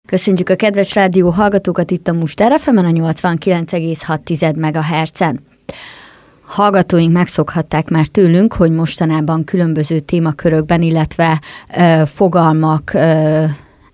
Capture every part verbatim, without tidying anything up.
Köszöntjük a kedves rádió hallgatókat itt a Muster ef emen a nyolcvankilenc egész hat megahertzen. Hallgatóink megszokhatták már tőlünk, hogy mostanában különböző témakörökben, illetve ö, fogalmak ö,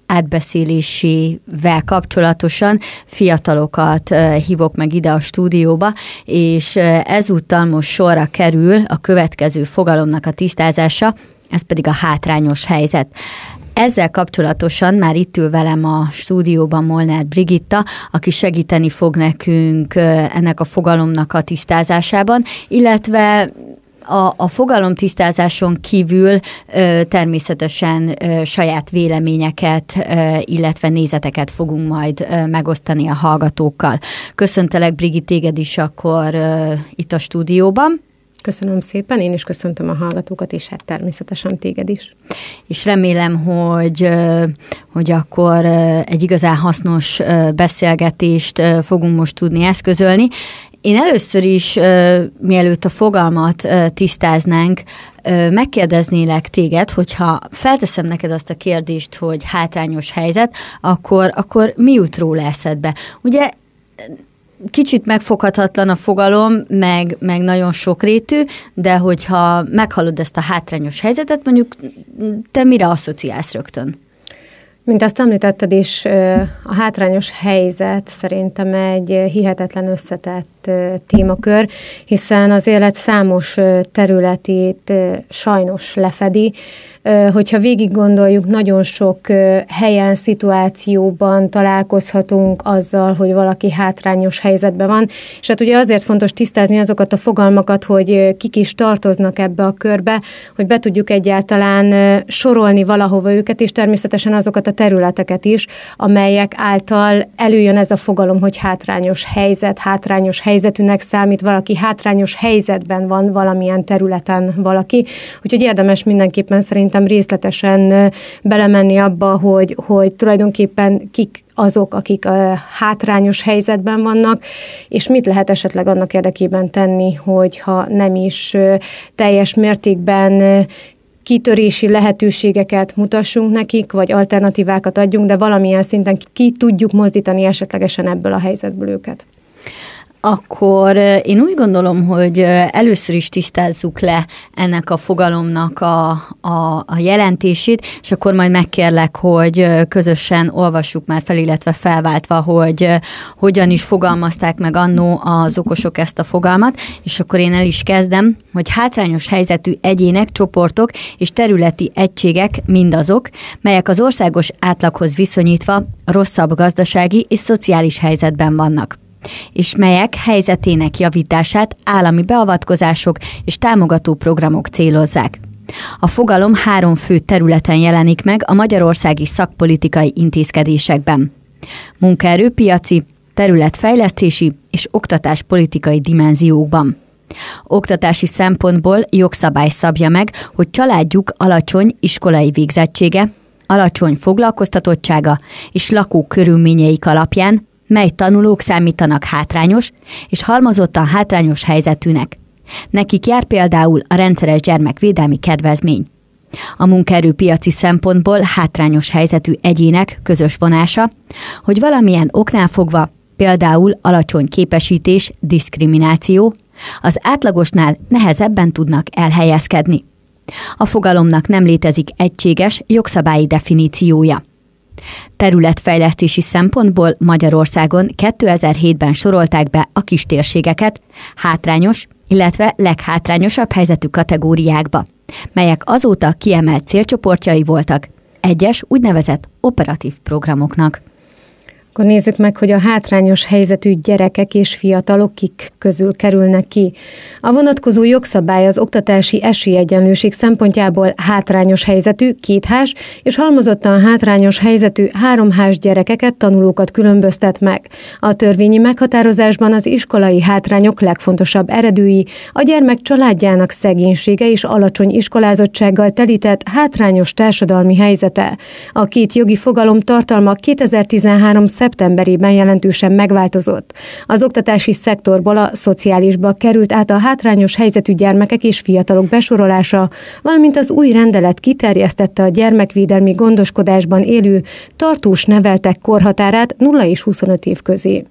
átbeszélésével kapcsolatosan fiatalokat ö, hívok meg ide a stúdióba, és ö, ezúttal most sorra kerül a következő fogalomnak a tisztázása, ez pedig a hátrányos helyzet. Ezzel kapcsolatosan már itt ül velem a stúdióban Molnár Brigitta, aki segíteni fog nekünk ennek a fogalomnak a tisztázásában, illetve a, a fogalom tisztázáson kívül ö, természetesen ö, saját véleményeket, ö, illetve nézeteket fogunk majd ö, megosztani a hallgatókkal. Köszöntelek, Brigi, téged is akkor ö, itt a stúdióban. Köszönöm szépen, én is köszöntöm a hallgatókat, és hát természetesen téged is. És remélem, hogy, hogy akkor egy igazán hasznos beszélgetést fogunk most tudni eszközölni. Én először is, mielőtt a fogalmat tisztáznánk, megkérdeznélek téged, hogyha felteszem neked azt a kérdést, hogy hátrányos helyzet, akkor, akkor mi jut róla eszedbe? Ugye kicsit megfoghatatlan a fogalom, meg, meg nagyon sokrétű, de hogyha meghallod ezt a hátrányos helyzetet, mondjuk te mire asszociálsz rögtön? Mint azt említetted is, a hátrányos helyzet szerintem egy hihetetlen összetett témakör, hiszen az élet számos területét sajnos lefedi. Hogyha végig gondoljuk, nagyon sok helyen, szituációban találkozhatunk azzal, hogy valaki hátrányos helyzetben van, és hát ugye azért fontos tisztázni azokat a fogalmakat, hogy kik is tartoznak ebbe a körbe, hogy be tudjuk egyáltalán sorolni valahova őket, és természetesen azokat a területeket is, amelyek által előjön ez a fogalom, hogy hátrányos helyzet, hátrányos helyzetűnek számít valaki, hátrányos helyzetben van valamilyen területen valaki, úgyhogy érdemes mindenképpen szerintem részletesen belemenni abba, hogy, hogy tulajdonképpen kik azok, akik a hátrányos helyzetben vannak, és mit lehet esetleg annak érdekében tenni, hogyha nem is teljes mértékben kitörési lehetőségeket mutassunk nekik, vagy alternatívákat adjunk, de valamilyen szinten ki tudjuk mozdítani esetlegesen ebből a helyzetből őket. Akkor én úgy gondolom, hogy először is tisztázzuk le ennek a fogalomnak a, a, a jelentését, és akkor majd megkérlek, hogy közösen olvassuk már fel, illetve felváltva, hogy hogyan is fogalmazták meg annó az okosok ezt a fogalmat, és akkor én el is kezdem, hogy hátrányos helyzetű egyének, csoportok és területi egységek mindazok, melyek az országos átlaghoz viszonyítva rosszabb gazdasági és szociális helyzetben vannak, és melyek helyzetének javítását állami beavatkozások és támogató programok célozzák. A fogalom három fő területen jelenik meg a magyarországi szakpolitikai intézkedésekben: munkaerőpiaci, területfejlesztési és oktatáspolitikai dimenziókban. Oktatási szempontból jogszabály szabja meg, hogy családjuk alacsony iskolai végzettsége, alacsony foglalkoztatottsága és lakókörülményeik alapján mely tanulók számítanak hátrányos és halmozottan hátrányos helyzetűnek. Nekik jár például a rendszeres gyermekvédelmi kedvezmény. A munkaerőpiaci szempontból hátrányos helyzetű egyének közös vonása, hogy valamilyen oknál fogva, például alacsony képesítés, diszkrimináció, az átlagosnál nehezebben tudnak elhelyezkedni. A fogalomnak nem létezik egységes jogszabályi definíciója. Területfejlesztési szempontból Magyarországon kétezer-hétben sorolták be a kistérségeket hátrányos, illetve leghátrányosabb helyzetű kategóriákba, melyek azóta kiemelt célcsoportjai voltak egyes úgynevezett operatív programoknak. Akkor nézzük meg, hogy a hátrányos helyzetű gyerekek és fiatalok kik közül kerülnek ki. A vonatkozó jogszabály az oktatási esélyegyenlőség szempontjából hátrányos helyzetű, kéthás és halmozottan hátrányos helyzetű háromhás gyerekeket, tanulókat különböztet meg. A törvényi meghatározásban az iskolai hátrányok legfontosabb eredői a gyermek családjának szegénysége és alacsony iskolázottsággal telített hátrányos társadalmi helyzete. A két jogi fogalom tartalma kétezer-tizenhárom szeptemberében szeptemberében jelentősen megváltozott. Az oktatási szektorból a szociálisba került át a hátrányos helyzetű gyermekek és fiatalok besorolása, valamint az új rendelet kiterjesztette a gyermekvédelmi gondoskodásban élő tartós neveltek korhatárát nulla és huszonöt év közé.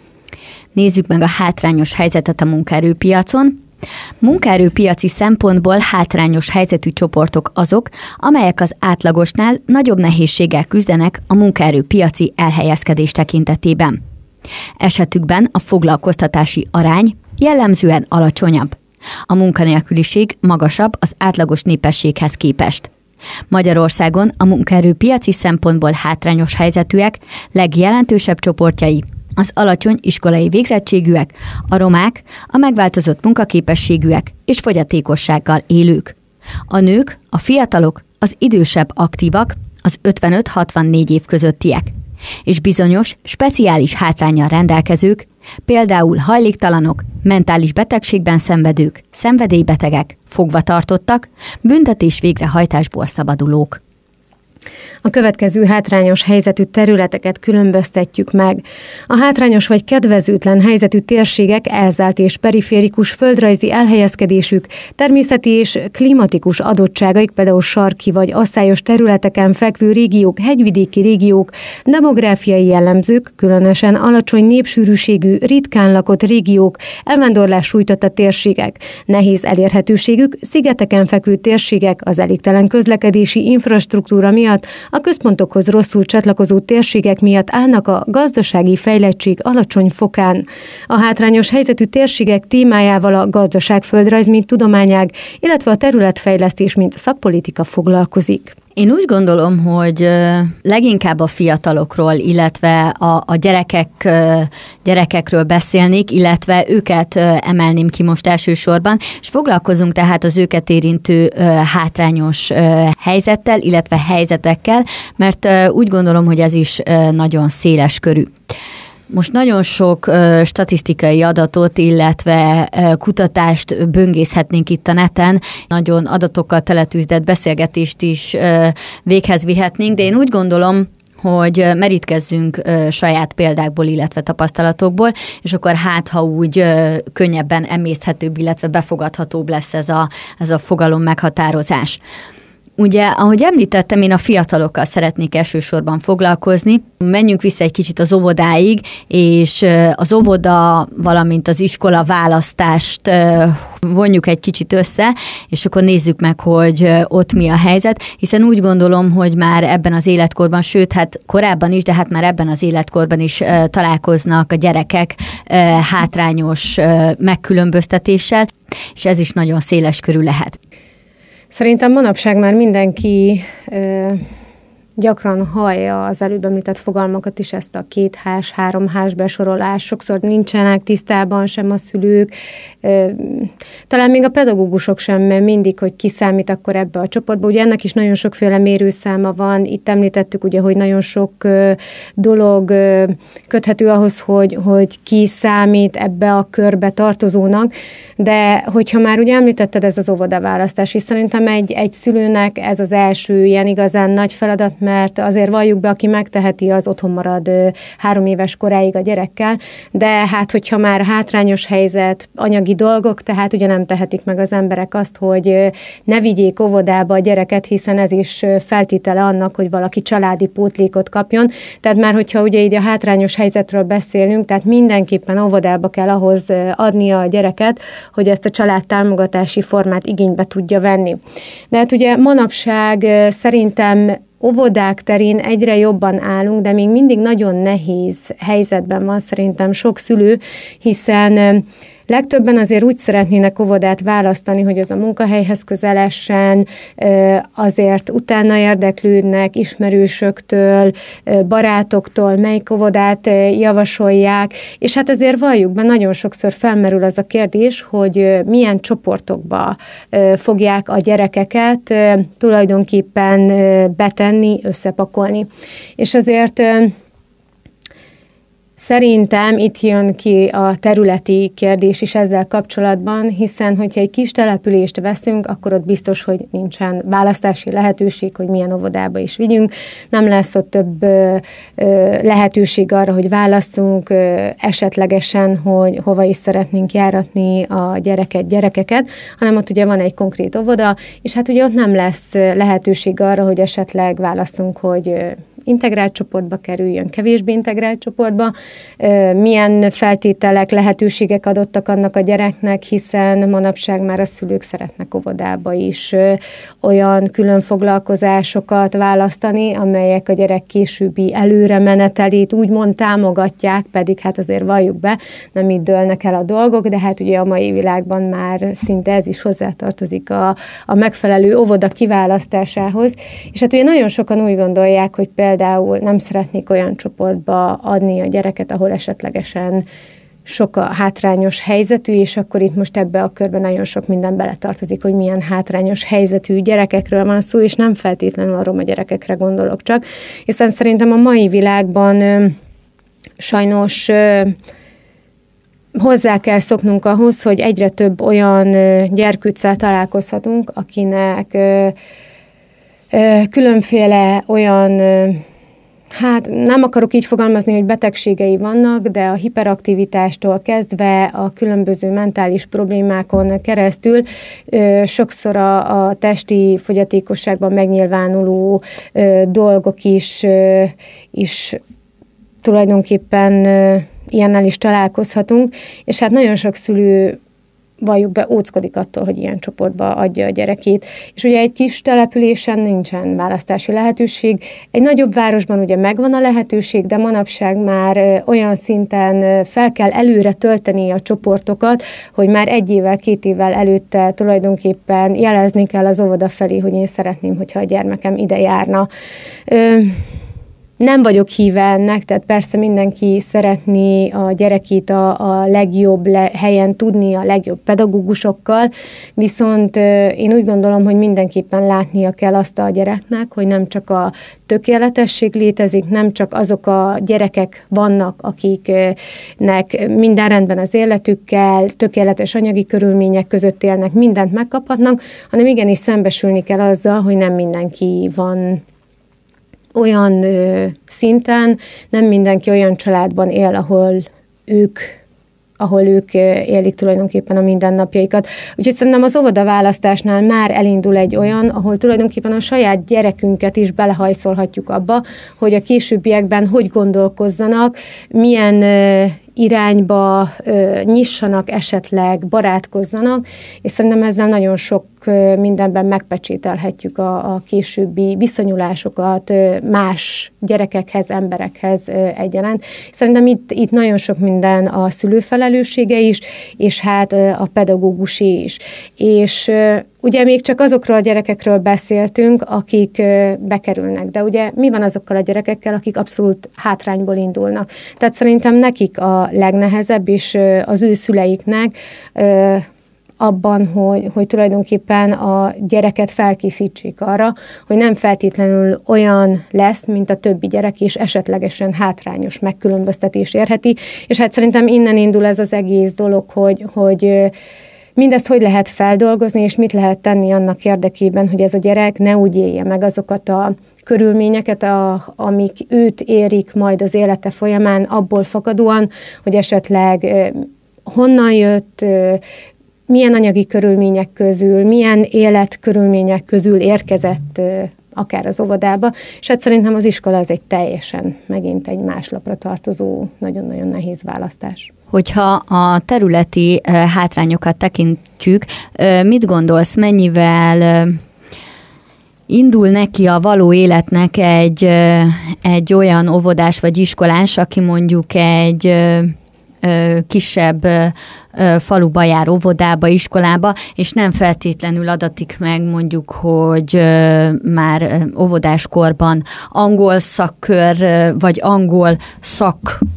Nézzük meg a hátrányos helyzetet a munkaerőpiacon. Munkaerőpiaci szempontból hátrányos helyzetű csoportok azok, amelyek az átlagosnál nagyobb nehézséggel küzdenek a munkaerőpiaci elhelyezkedés tekintetében. Esetükben a foglalkoztatási arány jellemzően alacsonyabb. A munkanélküliség magasabb az átlagos népességhez képest. Magyarországon a munkaerőpiaci szempontból hátrányos helyzetűek legjelentősebb csoportjai az alacsony iskolai végzettségűek, a romák, a megváltozott munkaképességűek és fogyatékossággal élők. A nők, a fiatalok, az idősebb aktívak, az ötvenöt-hatvannégy év közöttiek, és bizonyos, speciális hátránnyal rendelkezők, például hajléktalanok, mentális betegségben szenvedők, szenvedélybetegek, fogvatartottak, büntetés végrehajtásból szabadulók. A következő hátrányos helyzetű területeket különböztetjük meg. A hátrányos vagy kedvezőtlen helyzetű térségek elzárt és periférikus földrajzi elhelyezkedésük, természeti és klimatikus adottságaik, például sarki vagy asszályos területeken fekvő régiók, hegyvidéki régiók, demográfiai jellemzők, különösen alacsony népsűrűségű, ritkán lakott régiók, elvándorlás sújtotta térségek, nehéz elérhetőségük, szigeteken fekvő térségek, az elégtelen közlekedési infrastruktúra miatt, a központokhoz rosszul csatlakozó térségek miatt állnak a gazdasági fejlettség alacsony fokán. A hátrányos helyzetű térségek témájával a gazdaságföldrajz, mint tudományág, illetve a területfejlesztés, mint szakpolitika foglalkozik. Én úgy gondolom, hogy leginkább a fiatalokról, illetve a, a gyerekek, gyerekekről beszélnék, illetve őket emelném ki most elsősorban, és foglalkozunk tehát az őket érintő hátrányos helyzettel, illetve helyzetekkel, mert úgy gondolom, hogy ez is nagyon széles körű. Most nagyon sok uh, statisztikai adatot, illetve uh, kutatást böngészhetnénk itt a neten, nagyon adatokkal teletűzdett beszélgetést is uh, véghez vihetnénk, de én úgy gondolom, hogy merítkezzünk uh, saját példákból, illetve tapasztalatokból, és akkor hát, ha úgy uh, könnyebben emészthetőbb, illetve befogadhatóbb lesz ez a, ez a fogalom meghatározás. Ugye, ahogy említettem, én a fiatalokkal szeretnék elsősorban foglalkozni. Menjünk vissza egy kicsit az óvodáig, és az óvoda, valamint az iskola választást vonjuk egy kicsit össze, és akkor nézzük meg, hogy ott mi a helyzet, hiszen úgy gondolom, hogy már ebben az életkorban, sőt, hát korábban is, de hát már ebben az életkorban is találkoznak a gyerekek hátrányos megkülönböztetéssel, és ez is nagyon széles körű lehet. Szerintem manapság már mindenki ö, gyakran hallja az előbb említett fogalmakat is, ezt a kétház, háromház besorolás, sokszor nincsenek tisztában sem a szülők, ö, talán még a pedagógusok sem mindig, hogy ki számít akkor ebbe a csoportba. Ugye ennek is nagyon sokféle mérőszáma van, itt említettük ugye, hogy nagyon sok ö, dolog ö, köthető ahhoz, hogy, hogy ki számít ebbe a körbe tartozónak, de hogyha már ugye említetted, ez az óvodaválasztás, és szerintem egy, egy szülőnek ez az első ilyen igazán nagy feladat, mert azért valljuk be, aki megteheti, az otthon marad ö, három éves koráig a gyerekkel, de hát hogyha már hátrányos helyzet, anyagi dolgok, tehát ugye nem tehetik meg az emberek azt, hogy ö, ne vigyék óvodába a gyereket, hiszen ez is ö, feltétele annak, hogy valaki családi pótlékot kapjon. Tehát már hogyha ugye így a hátrányos helyzetről beszélünk, tehát mindenképpen óvodába kell ahhoz ö, adnia a gyereket, hogy ezt a családtámogatási formát igénybe tudja venni. De hát ugye manapság ö, szerintem óvodák terén egyre jobban állunk, de még mindig nagyon nehéz helyzetben van szerintem sok szülő, hiszen legtöbben azért úgy szeretnének óvodát választani, hogy az a munkahelyhez közelesen, azért utána érdeklődnek ismerősöktől, barátoktól, melyik óvodát javasolják, és hát azért valljuk be, nagyon sokszor felmerül az a kérdés, hogy milyen csoportokba fogják a gyerekeket tulajdonképpen betenni, összepakolni. És azért Szerintem itt jön ki a területi kérdés is ezzel kapcsolatban, hiszen hogyha egy kis települést veszünk, akkor ott biztos, hogy nincsen választási lehetőség, hogy milyen óvodába is vigyünk. Nem lesz ott több ö, ö, lehetőség arra, hogy választunk ö, esetlegesen, hogy hova is szeretnénk járatni a gyereket, gyerekeket, hanem ott ugye van egy konkrét óvoda, és hát ugye ott nem lesz lehetőség arra, hogy esetleg választunk, hogy ö, integrált csoportba kerüljön, kevésbé integrált csoportba, milyen feltételek, lehetőségek adottak annak a gyereknek, hiszen manapság már a szülők szeretnek óvodába is olyan külön foglalkozásokat választani, amelyek a gyerek későbbi előre menetelét úgymond támogatják, pedig hát azért valljuk be, nem így dőlnek el a dolgok, de hát ugye a mai világban már szinte ez is hozzátartozik a, a megfelelő óvoda kiválasztásához, és hát ugye nagyon sokan úgy gondolják, hogy például Például nem szeretnék olyan csoportba adni a gyereket, ahol esetlegesen sok a hátrányos helyzetű, és akkor itt most ebbe a körbe nagyon sok minden beletartozik, hogy milyen hátrányos helyzetű gyerekekről van szó, és nem feltétlenül a roma gyerekekre gondolok csak, hiszen szerintem a mai világban ö, sajnos ö, hozzá kell szoknunk ahhoz, hogy egyre több olyan ö, gyerkőccel találkozhatunk, akinek ö, különféle olyan, hát nem akarok így fogalmazni, hogy betegségei vannak, de a hiperaktivitástól kezdve a különböző mentális problémákon keresztül sokszor a, a testi fogyatékosságban megnyilvánuló dolgok is, is tulajdonképpen ilyennel is találkozhatunk, és hát nagyon sok szülő valljuk be, óckodik attól, hogy ilyen csoportba adja a gyerekét. És ugye egy kis településen nincsen választási lehetőség. Egy nagyobb városban ugye megvan a lehetőség, de manapság már olyan szinten fel kell előre tölteni a csoportokat, hogy már egy évvel, két évvel előtte tulajdonképpen jelezni kell az óvoda felé, hogy én szeretném, hogyha a gyermekem ide járna. Nem vagyok híve ennek, tehát persze mindenki szeretné a gyerekét a, a legjobb le, helyen tudni, a legjobb pedagógusokkal, viszont én úgy gondolom, hogy mindenképpen látnia kell azt a gyereknek, hogy nem csak a tökéletesség létezik, nem csak azok a gyerekek vannak, akiknek minden rendben az életükkel, tökéletes anyagi körülmények között élnek, mindent megkaphatnak, hanem igenis szembesülni kell azzal, hogy nem mindenki van olyan ö, szinten, nem mindenki olyan családban él, ahol ők, ahol ők élik tulajdonképpen a mindennapjaikat. Úgyhogy szerintem az óvodaválasztásnál már elindul egy olyan, ahol tulajdonképpen a saját gyerekünket is belehajszolhatjuk abba, hogy a későbbiekben hogy gondolkozzanak, milyen ö, irányba ö, nyissanak, esetleg barátkozzanak, és szerintem ezzel nagyon sok ö, mindenben megpecsételhetjük a, a későbbi viszonyulásokat ö, más gyerekekhez, emberekhez ö, egyaránt. Szerintem itt, itt nagyon sok minden a szülő felelőssége is, és hát ö, a pedagógusé is. És ö, ugye még csak azokról a gyerekekről beszéltünk, akik ö, bekerülnek, de ugye mi van azokkal a gyerekekkel, akik abszolút hátrányból indulnak. Tehát szerintem nekik a legnehezebb, és az ő szüleiknek abban, hogy, hogy tulajdonképpen a gyereket felkészítsék arra, hogy nem feltétlenül olyan lesz, mint a többi gyerek, és esetlegesen hátrányos megkülönböztetés érheti, és hát szerintem innen indul ez az egész dolog, hogy, hogy mindezt hogy lehet feldolgozni, és mit lehet tenni annak érdekében, hogy ez a gyerek ne úgy élje meg azokat a körülményeket, a, amik őt érik majd az élete folyamán, abból fakadóan, hogy esetleg eh, honnan jött, eh, milyen anyagi körülmények közül, milyen életkörülmények közül érkezett eh, akár az óvodába, és hát szerintem az iskola az egy teljesen megint egy más lapra tartozó, nagyon-nagyon nehéz választás. Hogyha a területi uh, hátrányokat tekintjük, uh, mit gondolsz, mennyivel uh, indul neki a való életnek egy, uh, egy olyan óvodás vagy iskolás, aki mondjuk egy uh, kisebb faluba jár óvodába, iskolába, és nem feltétlenül adatik meg mondjuk, hogy már óvodáskorban angol szakkör, vagy angol szak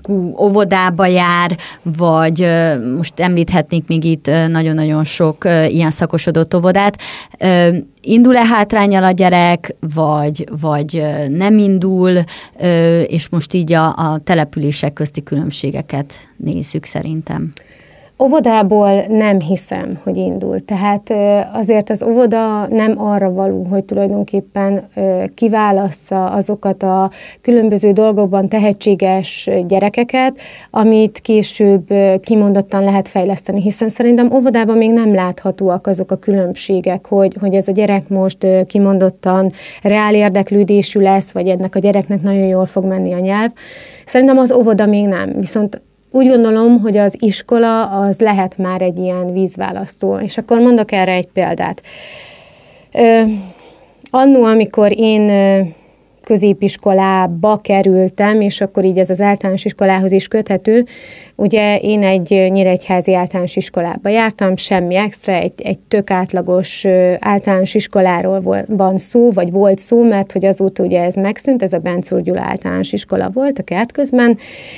típusú óvodába jár, vagy most említhetnék még itt nagyon-nagyon sok ilyen szakosodott óvodát. Indul-e hátránnyal a gyerek, vagy, vagy nem indul, és most így a, a települések közti különbségeket nézzük szerintem. Óvodából nem hiszem, hogy indul. Tehát azért az óvoda nem arra való, hogy tulajdonképpen kiválassza azokat a különböző dolgokban tehetséges gyerekeket, amit később kimondottan lehet fejleszteni, hiszen szerintem óvodában még nem láthatóak azok a különbségek, hogy, hogy ez a gyerek most kimondottan reál érdeklődésű lesz, vagy ennek a gyereknek nagyon jól fog menni a nyelv. Szerintem az óvoda még nem, viszont úgy gondolom, hogy az iskola az lehet már egy ilyen vízválasztó. És akkor mondok erre egy példát. Ö, annó, amikor én középiskolába kerültem, és akkor így ez az általános iskolához is köthető, ugye én egy nyíregyházi általános iskolába jártam, semmi extra, egy, egy tök átlagos általános iskoláról van szó, vagy volt szó, mert hogy azóta ugye ez megszűnt, ez a Bencúr Gyula általános iskola volt a Kertközben,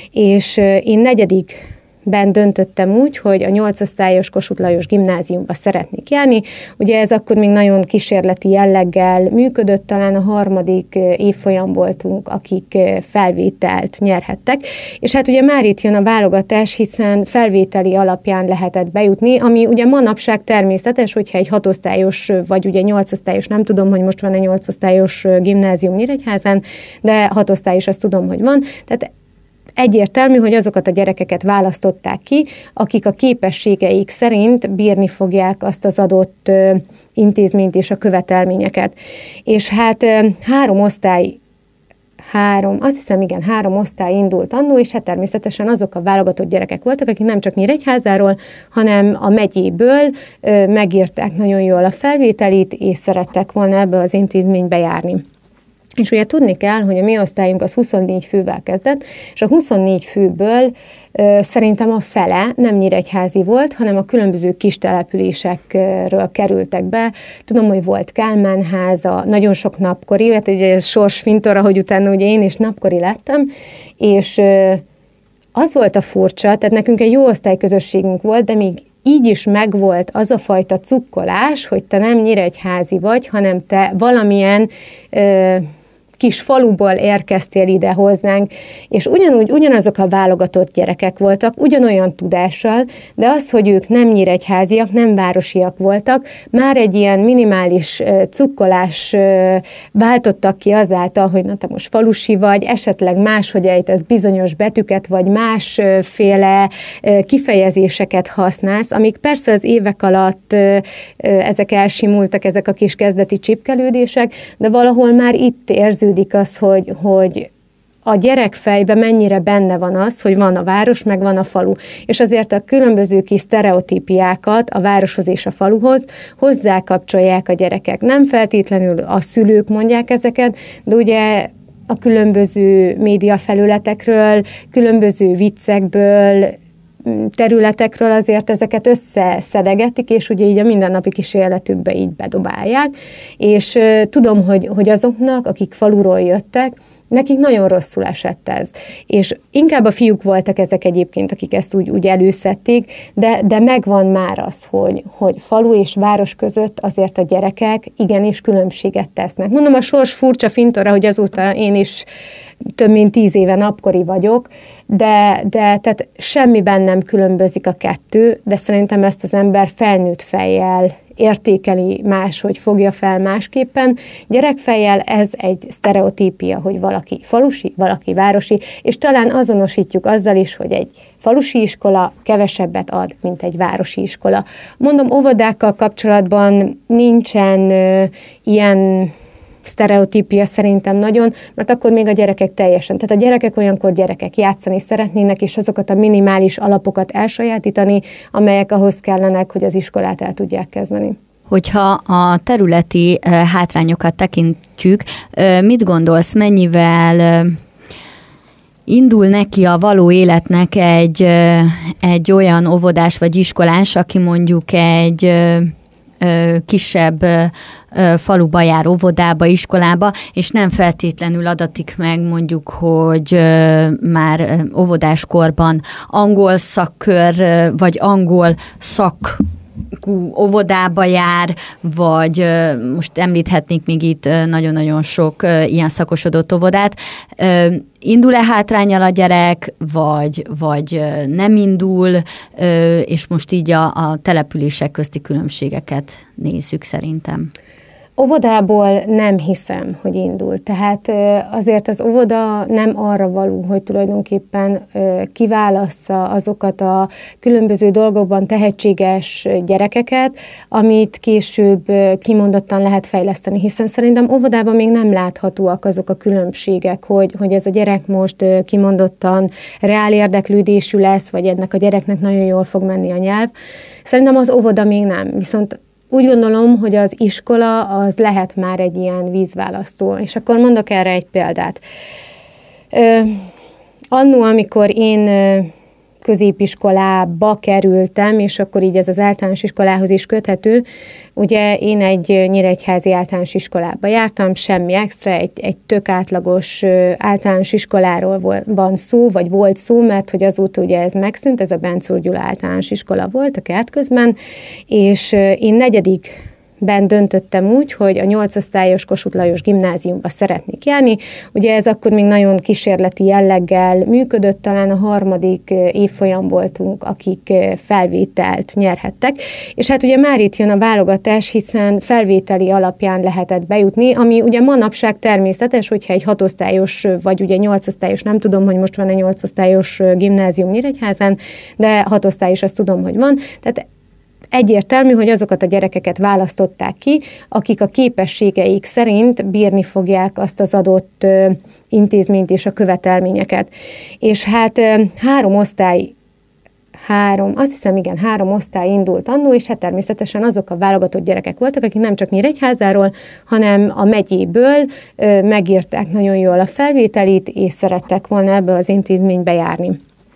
és én negyedik ben döntöttem úgy, hogy a nyolcosztályos Kossuth Lajos gimnáziumba szeretnék járni. Ugye ez akkor még nagyon kísérleti jelleggel működött, talán a harmadik évfolyam voltunk, akik felvételt nyerhettek. És hát ugye már itt jön a válogatás, hiszen felvételi alapján lehetett bejutni, ami ugye manapság természetes, hogyha egy hatosztályos vagy ugye nyolcosztályos, nem tudom, hogy most van egy nyolcosztályos gimnázium Nyíregyházán, de hatosztályos azt tudom, hogy van. Tehát egyértelmű, hogy azokat a gyerekeket választották ki, akik a képességeik szerint bírni fogják azt az adott ö, intézményt és a követelményeket. És hát ö, három osztály, három, azt hiszem igen, három osztály indult annó, és hát természetesen azok a válogatott gyerekek voltak, akik nem csak Nyíregyházáról, hanem a megyéből ö, megírták nagyon jól a felvételit, és szerettek volna ebbe az intézménybe járni. És ugye tudni kell, hogy a mi osztályunk az huszonnégy fővel kezdett, és a huszonnégy főből ö, szerintem a fele nem nyíregyházi volt, hanem a különböző kis településekről kerültek be. Tudom, hogy volt Kálmán háza, nagyon sok napkori, hát ugye ez sorsfintor, ahogy utána ugye én is napkori lettem, és ö, az volt a furcsa, tehát nekünk egy jó osztályközösségünk volt, de még így is megvolt az a fajta cukkolás, hogy te nem nyíregyházi vagy, hanem te valamilyen ö, kis faluból érkeztél ide hozzánk, és ugyanúgy ugyanazok a válogatott gyerekek voltak, ugyanolyan tudással, de az, hogy ők nem nyíregyháziak, nem városiak voltak, már egy ilyen minimális uh, cukkolás uh, váltottak ki azáltal, hogy na te most falusi vagy, esetleg máshogy ejtesz bizonyos betűket, vagy másféle uh, kifejezéseket használsz, amik persze az évek alatt uh, uh, ezek elsimultak, ezek a kis kezdeti csipkelődések, de valahol már itt érzünk, az, hogy, hogy a gyerekfejben mennyire benne van az, hogy van a város, meg van a falu. És azért a különböző kis sztereotípiákat a városhoz és a faluhoz hozzákapcsolják a gyerekek. Nem feltétlenül a szülők mondják ezeket, de ugye a különböző médiafelületekről, különböző viccekből, területekről azért ezeket összeszedegetik, és ugye így a mindennapi kis életükbe így bedobálják, és uh, tudom, hogy, hogy azoknak, akik faluról jöttek, nekik nagyon rosszul esett ez. És inkább a fiúk voltak ezek egyébként, akik ezt úgy, úgy előszedték, de, de megvan már az, hogy, hogy falu és város között azért a gyerekek igenis különbséget tesznek. Mondom, a sors furcsa fintora, hogy azóta én is több mint tíz éve napkori vagyok, de, de tehát semmiben nem különbözik a kettő, de szerintem ezt az ember felnőtt fejjel értékeli máshogy, fogja fel másképpen. Gyerekfejjel ez egy sztereotípia, hogy valaki falusi, valaki városi, és talán azonosítjuk azzal is, hogy egy falusi iskola kevesebbet ad, mint egy városi iskola. Mondom, óvodákkal kapcsolatban nincsen ö, ilyen sztereotípia szerintem nagyon, mert akkor még a gyerekek teljesen, tehát a gyerekek olyankor gyerekek játszani szeretnének, és azokat a minimális alapokat elsajátítani, amelyek ahhoz kellenek, hogy az iskolát el tudják kezdeni. Hogyha a területi hátrányokat tekintjük, mit gondolsz, mennyivel indul neki a való életnek egy, egy olyan óvodás vagy iskolás, aki mondjuk egy kisebb faluba jár óvodába, iskolába, és nem feltétlenül adatik meg mondjuk, hogy már óvodáskorban angol szakkör, vagy angol szak óvodába jár, vagy most említhetnénk még itt nagyon-nagyon sok ilyen szakosodott óvodát. Indul-e hátránnyal a gyerek, vagy, vagy nem indul, és most így a, a települések közti különbségeket nézzük szerintem. Óvodából nem hiszem, hogy indul. Tehát azért az óvoda nem arra való, hogy tulajdonképpen kiválassza azokat a különböző dolgokban tehetséges gyerekeket, amit később kimondottan lehet fejleszteni, hiszen szerintem óvodában még nem láthatóak azok a különbségek, hogy, hogy ez a gyerek most kimondottan reál érdeklődésű lesz, vagy ennek a gyereknek nagyon jól fog menni a nyelv. Szerintem az óvoda még nem, viszont úgy gondolom, hogy az iskola az lehet már egy ilyen vízválasztó. És akkor mondok erre egy példát. Ö, annó, amikor én középiskolába kerültem, és akkor így ez az általános iskolához is köthető, ugye én egy nyíregyházi általános iskolába jártam, semmi extra, egy, egy tök átlagos általános iskoláról van szó, vagy volt szó, mert hogy azóta ugye ez megszűnt, ez a Bencúr Gyula általános iskola volt a Kertközben, és én negyedik ben döntöttem úgy, hogy a nyolcosztályos Kossuth Lajos gimnáziumba szeretnék járni. Ugye ez akkor még nagyon kísérleti jelleggel működött, talán a harmadik évfolyam voltunk, akik felvételt nyerhettek. És hát ugye már itt jön a válogatás, hiszen felvételi alapján lehetett bejutni, ami ugye manapság természetes, hogyha egy hatosztályos, vagy ugye nyolcosztályos, nem tudom, hogy most van egy nyolcosztályos gimnázium Nyíregyházán, de hatosztályos, azt tudom, hogy van. Tehát egyértelmű, hogy azokat a gyerekeket választották ki, akik a képességeik szerint bírni fogják azt az adott ö, intézményt és a követelményeket. És hát ö, három osztály, három, azt hiszem igen, három osztály indult annó, és hát természetesen azok a válogatott gyerekek voltak, akik nem csak Nyíregyházáról, hanem a megyéből ö, megírták nagyon jól a felvételit, és szerettek volna ebbe az intézménybe járni.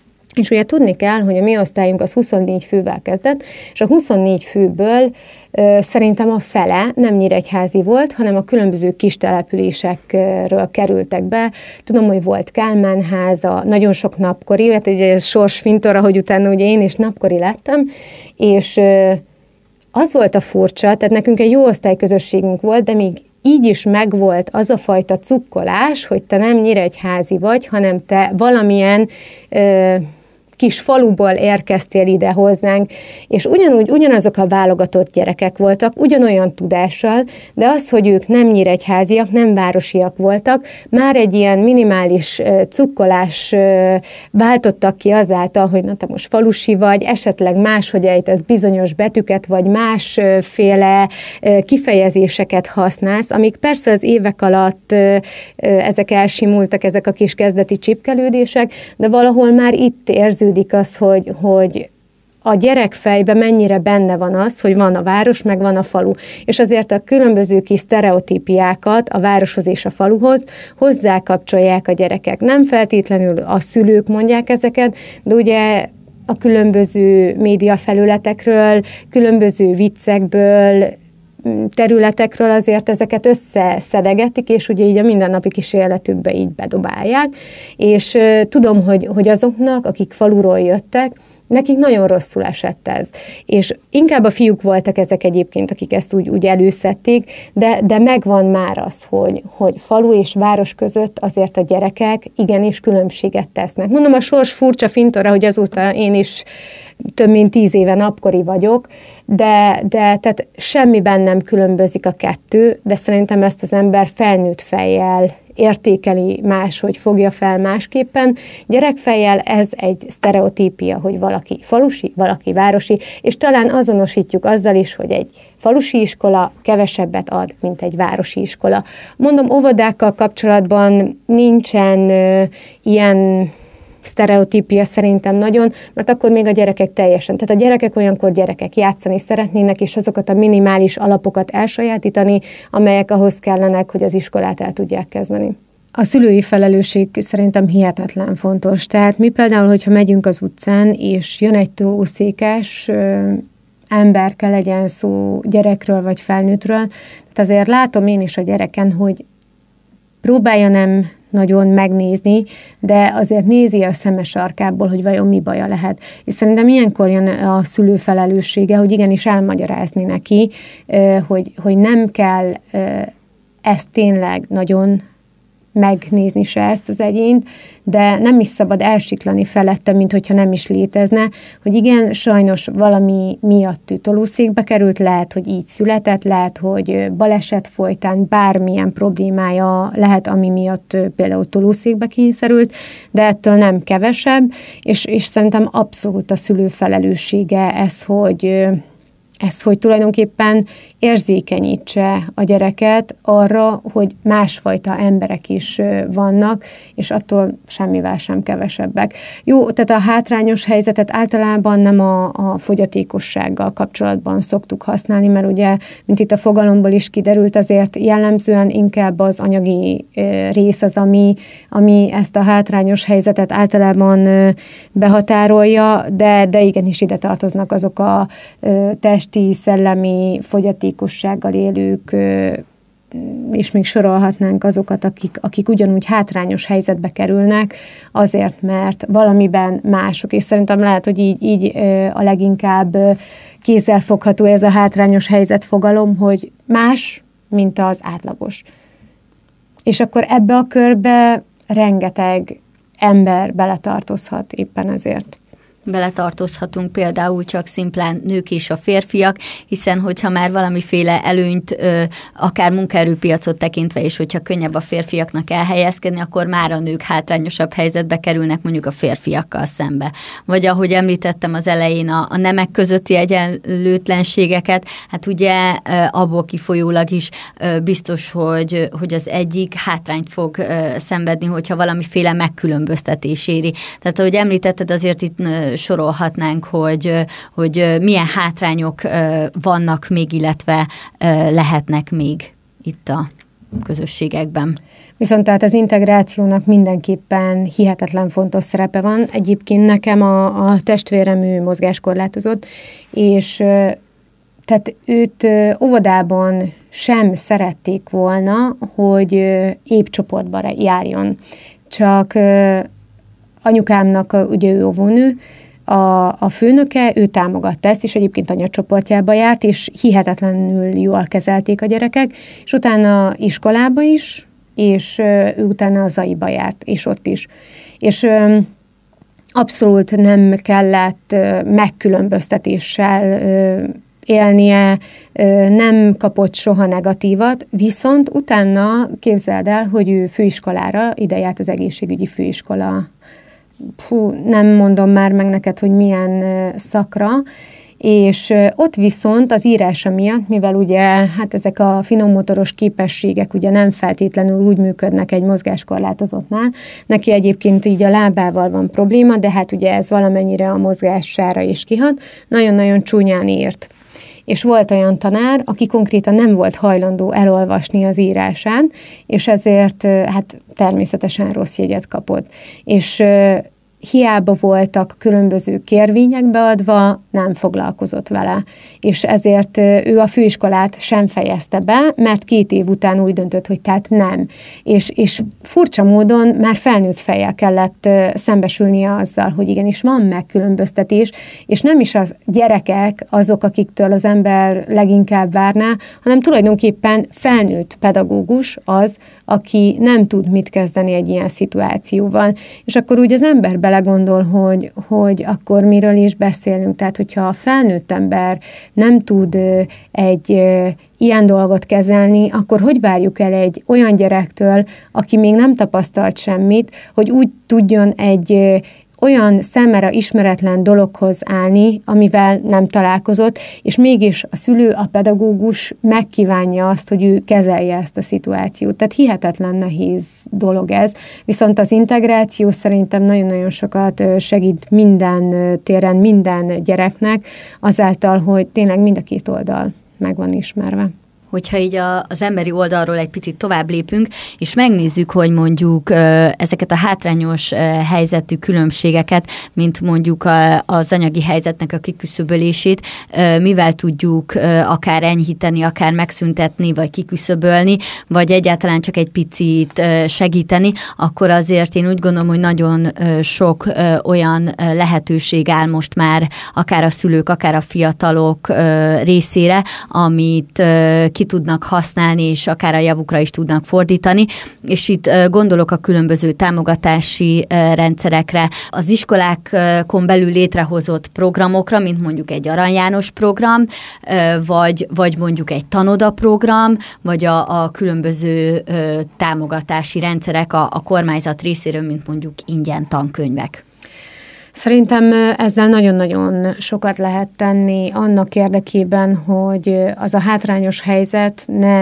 És ugye tudni kell, hogy a mi osztályunk az huszonnégy fővel kezdett, és a huszonnégy főből ö, szerintem a fele nem nyíregyházi volt, hanem a különböző kis településekről kerültek be. Tudom, hogy volt Kálmánháza, nagyon sok napkori, hát ugye ez sorsfintor, ahogy utána ugye én is napkori lettem, és ö, az volt a furcsa, tehát nekünk egy jó osztályközösségünk volt, de még így is megvolt az a fajta cukkolás, hogy te nem nyíregyházi vagy, hanem te valamilyen ö, kis faluból érkeztél ide hozzánk, és ugyanúgy, ugyanazok a válogatott gyerekek voltak, ugyanolyan tudással, de az, hogy ők nem nyíregyháziak, nem városiak voltak, már egy ilyen minimális uh, cukkolás uh, váltottak ki azáltal, hogy na te most falusi vagy, esetleg máshogy ejtesz bizonyos betűket, vagy másféle uh, kifejezéseket használsz, amik persze az évek alatt uh, uh, ezek elsimultak, ezek a kis kezdeti csipkelődések, de valahol már itt érződik az, hogy, hogy a gyerek fejben mennyire benne van az, hogy van a város, meg van a falu. És azért a különböző kis sztereotípiákat a városhoz és a faluhoz hozzákapcsolják a gyerekek. Nem feltétlenül a szülők mondják ezeket, de ugye a különböző médiafelületekről, különböző viccekből, területekről azért ezeket összeszedegetik, és ugye így a mindennapi kis életükbe így bedobálják, és uh, tudom, hogy, hogy azoknak, akik faluról jöttek, nekik nagyon rosszul esett ez. És inkább a fiúk voltak ezek egyébként, akik ezt úgy, úgy előszedték, de, de megvan már az, hogy, hogy falu és város között azért a gyerekek igenis különbséget tesznek. Mondom, a sors furcsa fintora, hogy azóta én is több mint tíz éve napkori vagyok, de, de tehát semmiben nem különbözik a kettő, de szerintem ezt az ember felnőtt fejjel értékeli máshogy, fogja fel másképpen. Gyerekfejjel ez egy sztereotípia, hogy valaki falusi, valaki városi, és talán azonosítjuk azzal is, hogy egy falusi iskola kevesebbet ad, mint egy városi iskola. Mondom, óvodákkal kapcsolatban nincsen ö, ilyen sztereotípia szerintem nagyon, mert akkor még a gyerekek teljesen, tehát a gyerekek olyankor gyerekek játszani szeretnének, és azokat a minimális alapokat elsajátítani, amelyek ahhoz kellenek, hogy az iskolát el tudják kezdeni. A szülői felelősség szerintem hihetetlen fontos. Tehát mi például, hogyha megyünk az utcán, és jön egy tolószékes, emberke, legyen szó gyerekről vagy felnőttről. Tehát azért látom én is a gyereken, hogy próbálja nem nagyon megnézni, de azért nézi a szeme sarkából, hogy vajon mi baja lehet. És szerintem ilyenkor jön a szülő felelőssége, hogy igenis elmagyarázni neki, hogy, hogy nem kell ezt tényleg nagyon megnézni se ezt az egyént, de nem is szabad elsiklani felette, mint hogyha nem is létezne, hogy igen, sajnos valami miatt ő tolószékbe került, lehet, hogy így született, lehet, hogy baleset folytán bármilyen problémája lehet, ami miatt például tolószékbe kényszerült, de ettől nem kevesebb, és, és szerintem abszolút a szülő felelőssége ez, hogy ez, hogy tulajdonképpen érzékenyítse a gyereket arra, hogy másfajta emberek is vannak, és attól semmivel sem kevesebbek. Jó, tehát a hátrányos helyzetet általában nem a, a fogyatékossággal kapcsolatban szoktuk használni, mert ugye, mint itt a fogalomból is kiderült, azért jellemzően inkább az anyagi rész az, ami, ami ezt a hátrányos helyzetet általában behatárolja, de, de igenis ide tartoznak azok a testi, szellemi fogyatékossággal élők, és még sorolhatnánk azokat, akik, akik ugyanúgy hátrányos helyzetbe kerülnek, azért, mert valamiben mások, és szerintem lehet, hogy így, így a leginkább kézzelfogható ez a hátrányos helyzet fogalom, hogy más, mint az átlagos. És akkor ebbe a körbe rengeteg ember beletartozhat éppen ezért. Beletartozhatunk például csak szimplán nők és a férfiak, hiszen hogyha már valamiféle előnyt, akár munkaerőpiacot tekintve is, hogyha könnyebb a férfiaknak elhelyezkedni, akkor már a nők hátrányosabb helyzetbe kerülnek mondjuk a férfiakkal szembe. Vagy ahogy említettem az elején a, a nemek közötti egyenlőtlenségeket, hát ugye abból kifolyólag is biztos, hogy, hogy az egyik hátrányt fog szenvedni, hogyha valamiféle megkülönböztetés éri. Tehát ahogy említetted, azért itt sorolhatnánk, hogy, hogy milyen hátrányok vannak még, illetve lehetnek még itt a közösségekben. Viszont tehát az integrációnak mindenképpen hihetetlen fontos szerepe van. Egyébként nekem a, a testvérem ő mozgáskorlátozott, és tehát őt óvodában sem szerették volna, hogy épp csoportba járjon. Csak anyukámnak, ugye ő óvónő, a, a főnöke, ő támogatta ezt, és egyébként anyacsoportjába járt, és hihetetlenül jól kezelték a gyerekek, és utána iskolába is, és ő utána a zaiba járt, és ott is. És ö, abszolút nem kellett ö, megkülönböztetéssel ö, élnie, ö, nem kapott soha negatívat, viszont utána képzeld el, hogy ő főiskolára, ide járt az egészségügyi főiskola. Hú, nem mondom már meg neked, hogy milyen szakra, és ott viszont az írása miatt, mivel ugye hát ezek a finommotoros képességek ugye nem feltétlenül úgy működnek egy mozgáskorlátozottnál, neki egyébként így a lábával van probléma, de hát ugye ez valamennyire a mozgására is kihat, nagyon-nagyon csúnyán írt. És volt olyan tanár, aki konkrétan nem volt hajlandó elolvasni az írásán, és ezért hát természetesen rossz jegyet kapott. És hiába voltak különböző kérvények beadva, nem foglalkozott vele. És ezért ő a főiskolát sem fejezte be, mert két év után úgy döntött, hogy tehát nem. És, és furcsa módon már felnőtt fejjel kellett szembesülnie azzal, hogy igenis van megkülönböztetés, és nem is az gyerekek azok, akiktől az ember leginkább várná, hanem tulajdonképpen felnőtt pedagógus az, aki nem tud mit kezdeni egy ilyen szituációval. És akkor úgy az ember belegondol, hogy, hogy akkor miről is beszélünk. Tehát, hogyha a felnőtt ember nem tud egy ilyen dolgot kezelni, akkor hogy várjuk el egy olyan gyerektől, aki még nem tapasztalt semmit, hogy úgy tudjon egy olyan számára ismeretlen dologhoz állni, amivel nem találkozott, és mégis a szülő, a pedagógus megkívánja azt, hogy ő kezelje ezt a szituációt. Tehát hihetetlen nehéz dolog ez. Viszont az integráció szerintem nagyon-nagyon sokat segít minden téren, minden gyereknek, azáltal, hogy tényleg mind a két oldal meg van ismerve. Hogyha így a, az emberi oldalról egy picit tovább lépünk, és megnézzük, hogy mondjuk ezeket a hátrányos helyzetű különbségeket, mint mondjuk az anyagi helyzetnek a kiküszöbölését, mivel tudjuk akár enyhíteni, akár megszüntetni, vagy kiküszöbölni, vagy egyáltalán csak egy picit segíteni, akkor azért én úgy gondolom, hogy nagyon sok olyan lehetőség áll most már akár a szülők, akár a fiatalok részére, amit ki tudnak használni, és akár a javukra is tudnak fordítani, és itt gondolok a különböző támogatási rendszerekre, az iskolákon belül létrehozott programokra, mint mondjuk egy Arany János program, vagy, vagy mondjuk egy tanoda program, vagy a, a különböző támogatási rendszerek a, a kormányzat részéről, mint mondjuk ingyen tankönyvek. Szerintem ezzel nagyon-nagyon sokat lehet tenni annak érdekében, hogy az a hátrányos helyzet ne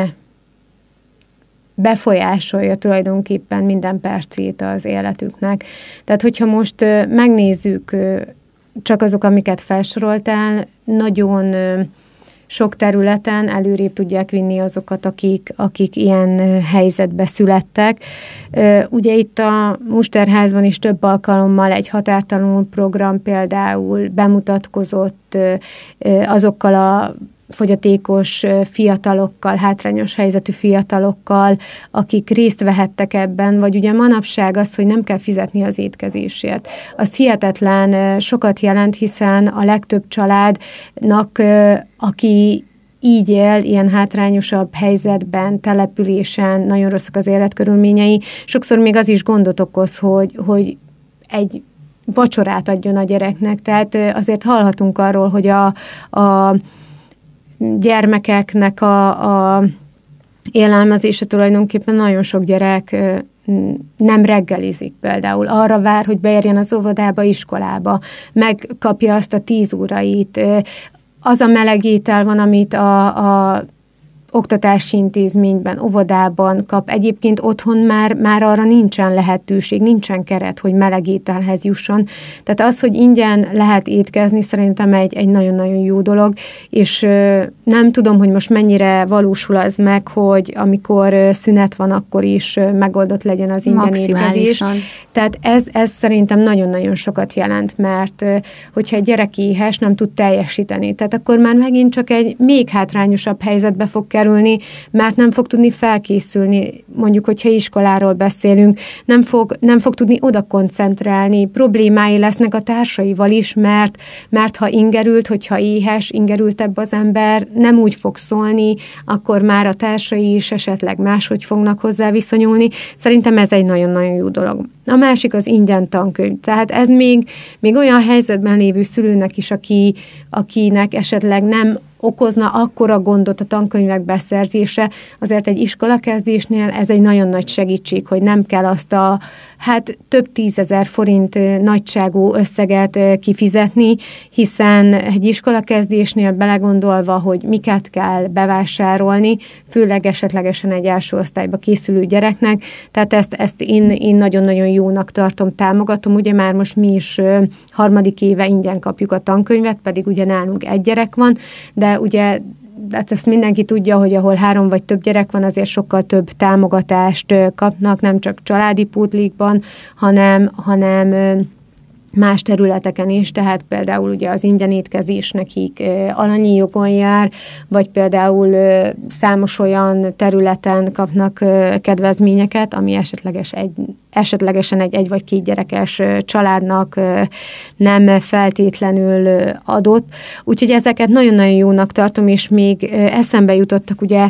befolyásolja tulajdonképpen minden percét az életüknek. Tehát, hogyha most megnézzük csak azok, amiket felsoroltál, nagyon sok területen előrébb tudják vinni azokat, akik, akik ilyen helyzetbe születtek. Ugye itt a Musterházban is több alkalommal egy határtalanul program például bemutatkozott azokkal a fogyatékos fiatalokkal, hátrányos helyzetű fiatalokkal, akik részt vehettek ebben, vagy ugye manapság az, hogy nem kell fizetni az étkezésért. Az hihetetlen sokat jelent, hiszen a legtöbb családnak, aki így él, ilyen hátrányosabb helyzetben, településen, nagyon rosszak az életkörülményei, sokszor még az is gondot okoz, hogy, hogy egy vacsorát adjon a gyereknek. Tehát azért hallhatunk arról, hogy a, a gyermekeknek a, a élelmezése tulajdonképpen nagyon sok gyerek nem reggelizik például. Arra vár, hogy beérjen az óvodába, iskolába, megkapja azt a tíz órait. Az a meleg étel van, amit a, a oktatási intézményben, óvodában kap. Egyébként otthon már, már arra nincsen lehetőség, nincsen keret, hogy meleg ételhez jusson. Tehát az, hogy ingyen lehet étkezni, szerintem egy, egy nagyon-nagyon jó dolog, és ö, nem tudom, hogy most mennyire valósul az meg, hogy amikor ö, szünet van, akkor is ö, megoldott legyen az ingyen étkezés. Tehát ez, ez szerintem nagyon-nagyon sokat jelent, mert ö, hogyha egy gyerek éhes, nem tud teljesíteni. Tehát akkor már megint csak egy még hátrányosabb helyzetbe fog kerülni, mert nem fog tudni felkészülni, mondjuk, hogyha iskoláról beszélünk, nem fog, nem fog tudni oda koncentrálni, problémái lesznek a társaival is, mert, mert ha ingerült, hogyha éhes, ingerültebb az ember, nem úgy fog szólni, akkor már a társai is esetleg máshogy fognak hozzá viszonyulni. Szerintem ez egy nagyon-nagyon jó dolog. A másik az ingyen tankönyv. Tehát ez még, még olyan helyzetben lévő szülőnek is, aki, akinek esetleg nem okozna akkora gondot a tankönyvek beszerzése, azért egy iskolakezdésnél ez egy nagyon nagy segítség, hogy nem kell azt a hát több tízezer forint nagyságú összeget kifizetni, hiszen egy iskolakezdésnél belegondolva, hogy miket kell bevásárolni, főleg esetlegesen egy első osztályba készülő gyereknek, tehát ezt, ezt én, én nagyon-nagyon jónak tartom, támogatom, ugye már most mi is harmadik éve ingyen kapjuk a tankönyvet, pedig ugye nálunk egy gyerek van, de ugye hát ezt mindenki tudja, hogy ahol három vagy több gyerek van, azért sokkal több támogatást kapnak, nem csak családi pótlékban, hanem, hanem más területeken is, tehát például ugye az ingyen étkezés nekik alanyi jogon jár, vagy például számos olyan területen kapnak kedvezményeket, ami esetleges egy, esetlegesen egy egy vagy két gyerekes családnak nem feltétlenül adott. Úgyhogy ezeket nagyon-nagyon jónak tartom, és még eszembe jutottak ugye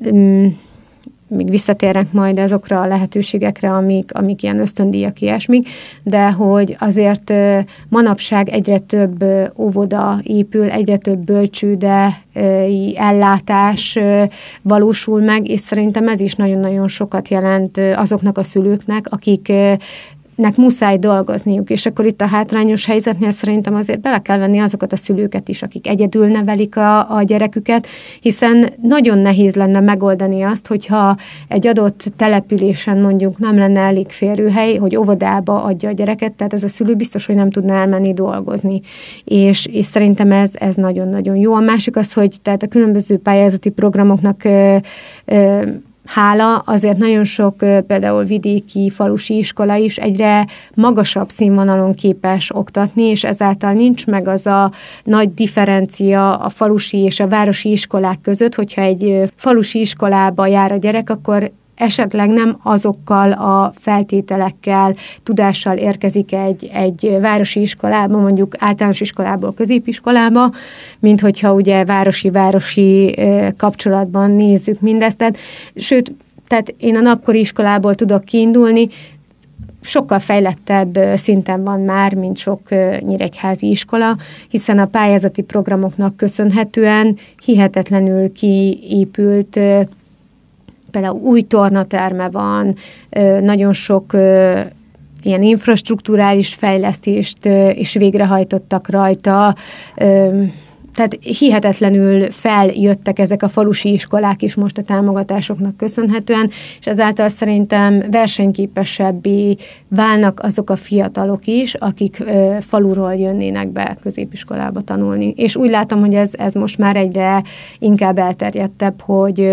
még visszatérnek majd azokra a lehetőségekre, amik, amik ilyen ösztöndíjak, ilyesmik, de hogy azért manapság egyre több óvoda épül, egyre több bölcsőde ellátás valósul meg, és szerintem ez is nagyon-nagyon sokat jelent azoknak a szülőknek, akik nek muszáj dolgozniuk, és akkor itt a hátrányos helyzetnél szerintem azért bele kell venni azokat a szülőket is, akik egyedül nevelik a, a gyereküket, hiszen nagyon nehéz lenne megoldani azt, hogyha egy adott településen mondjuk nem lenne elég férőhely, hogy óvodába adja a gyereket, tehát ez a szülő biztos, hogy nem tudna elmenni dolgozni. És, és szerintem ez, ez nagyon-nagyon jó. A másik az, hogy tehát a különböző pályázati programoknak ö, ö, hála, azért nagyon sok például vidéki, falusi iskola is egyre magasabb színvonalon képes oktatni, és ezáltal nincs meg az a nagy differencia a falusi és a városi iskolák között, hogyha egy falusi iskolába jár a gyerek, akkor esetleg nem azokkal a feltételekkel, tudással érkezik egy, egy városi iskolába, mondjuk általános iskolából középiskolába, mint hogyha ugye városi-városi kapcsolatban nézzük mindezt. Tehát, sőt, tehát én a napkori iskolából tudok kiindulni, sokkal fejlettebb szinten van már, mint sok nyíregyházi iskola, hiszen a pályázati programoknak köszönhetően hihetetlenül kiépült például új tornaterme van, nagyon sok ilyen infrastrukturális fejlesztést is végrehajtottak rajta, tehát hihetetlenül feljöttek ezek a falusi iskolák is most a támogatásoknak köszönhetően, és ezáltal szerintem versenyképesebbé válnak azok a fiatalok is, akik faluról jönnének be középiskolába tanulni. És úgy látom, hogy ez, ez most már egyre inkább elterjedtebb, hogy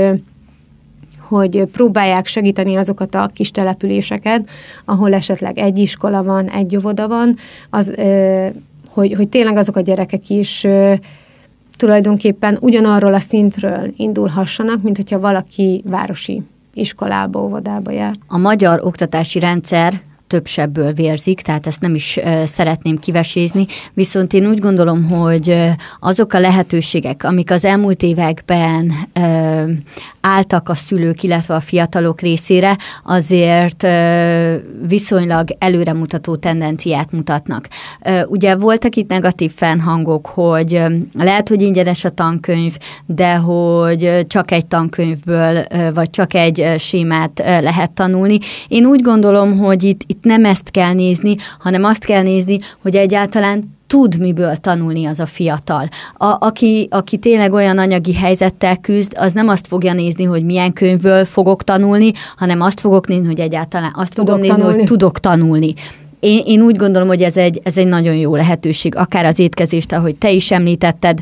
hogy próbálják segíteni azokat a kis településeket, ahol esetleg egy iskola van, egy óvoda van, az, hogy, hogy tényleg azok a gyerekek is tulajdonképpen ugyanarról a szintről indulhassanak, mint hogyha valaki városi iskolába, óvodába jár. A magyar oktatási rendszer több sebből vérzik, tehát ezt nem is uh, szeretném kivesézni, viszont én úgy gondolom, hogy uh, azok a lehetőségek, amik az elmúlt években uh, álltak a szülők, illetve a fiatalok részére, azért uh, viszonylag előremutató tendenciát mutatnak. Uh, ugye voltak itt negatív fennhangok, hogy uh, lehet, hogy ingyenes a tankönyv, de hogy uh, csak egy tankönyvből, uh, vagy csak egy uh, sémát uh, lehet tanulni. Én úgy gondolom, hogy itt, itt nem ezt kell nézni, hanem azt kell nézni, hogy egyáltalán tud miből tanulni az a fiatal. A, aki, aki tényleg olyan anyagi helyzettel küzd, az nem azt fogja nézni, hogy milyen könyvből fogok tanulni, hanem azt fogok nézni, hogy egyáltalán azt tudok fogom nézni, tanulni. hogy tudok tanulni. Én, én úgy gondolom, hogy ez egy, ez egy nagyon jó lehetőség, akár az étkezést, ahogy te is említetted,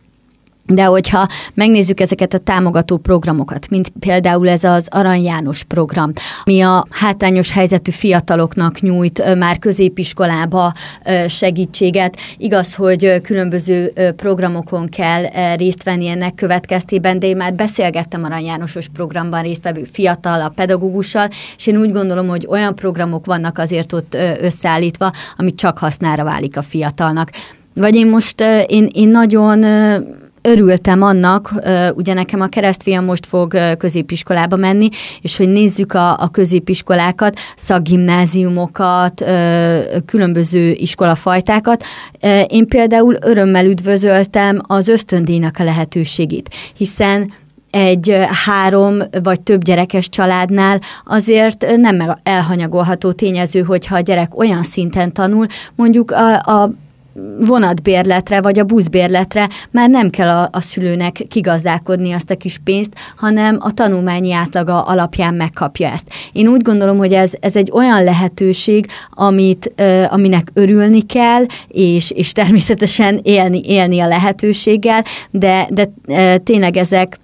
de hogyha megnézzük ezeket a támogató programokat, mint például ez az Arany János program, ami a hátrányos helyzetű fiataloknak nyújt már középiskolába segítséget. Igaz, hogy különböző programokon kell részt venni ennek következtében, de én már beszélgettem Arany Jánosos programban résztvevő fiatal, a pedagógussal, és én úgy gondolom, hogy olyan programok vannak azért ott összeállítva, ami csak hasznára válik a fiatalnak. Vagy én most, én, én nagyon örültem annak, ugye nekem a keresztfiam most fog középiskolába menni, és hogy nézzük a, a középiskolákat, szakgimnáziumokat, különböző iskolafajtákat. Én például örömmel üdvözöltem az ösztöndíjnak a lehetőségét, hiszen egy három vagy több gyerekes családnál azért nem elhanyagolható tényező, hogyha a gyerek olyan szinten tanul, mondjuk a, a vonatbérletre, vagy a buszbérletre már nem kell a, a szülőnek kigazdálkodni azt a kis pénzt, hanem a tanulmányi átlaga alapján megkapja ezt. Én úgy gondolom, hogy ez, ez egy olyan lehetőség, amit, uh, aminek örülni kell, és, és természetesen élni, élni a lehetőséggel, de, de uh, tényleg ezek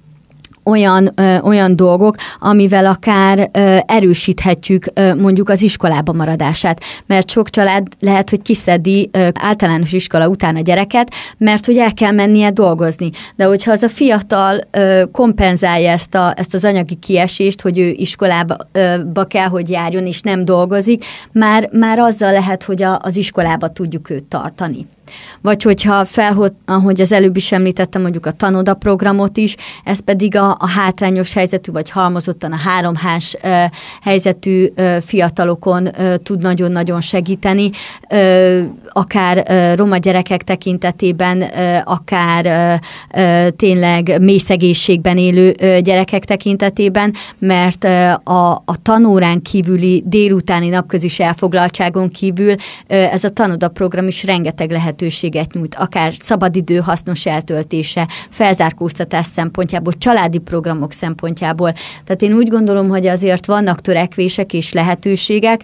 Olyan, ö, olyan dolgok, amivel akár ö, erősíthetjük ö, mondjuk az iskolába maradását, mert sok család lehet, hogy kiszedi ö, általános iskola után a gyereket, mert hogy el kell mennie dolgozni. De hogyha az a fiatal ö, kompenzálja ezt, a, ezt az anyagi kiesést, hogy ő iskolába ö, ba kell, hogy járjon, és nem dolgozik, már, már azzal lehet, hogy a, az iskolába tudjuk őt tartani. Vagy hogyha felhoz, ahogy az előbb is említettem, mondjuk a tanoda programot is, ez pedig a, a hátrányos helyzetű, vagy halmozottan a háromhás ö, helyzetű ö, fiatalokon ö, tud nagyon-nagyon segíteni, ö, akár ö, roma gyerekek tekintetében, ö, akár ö, ö, tényleg mély szegénységben élő ö, gyerekek tekintetében, mert ö, a, a tanórán kívüli délutáni napközis elfoglaltságon kívül ö, ez a tanoda program is rengeteg lehetőséget nyújt, akár szabadidő hasznos eltöltése, felzárkóztatás szempontjából, családi programok szempontjából. Tehát én úgy gondolom, hogy azért vannak törekvések és lehetőségek,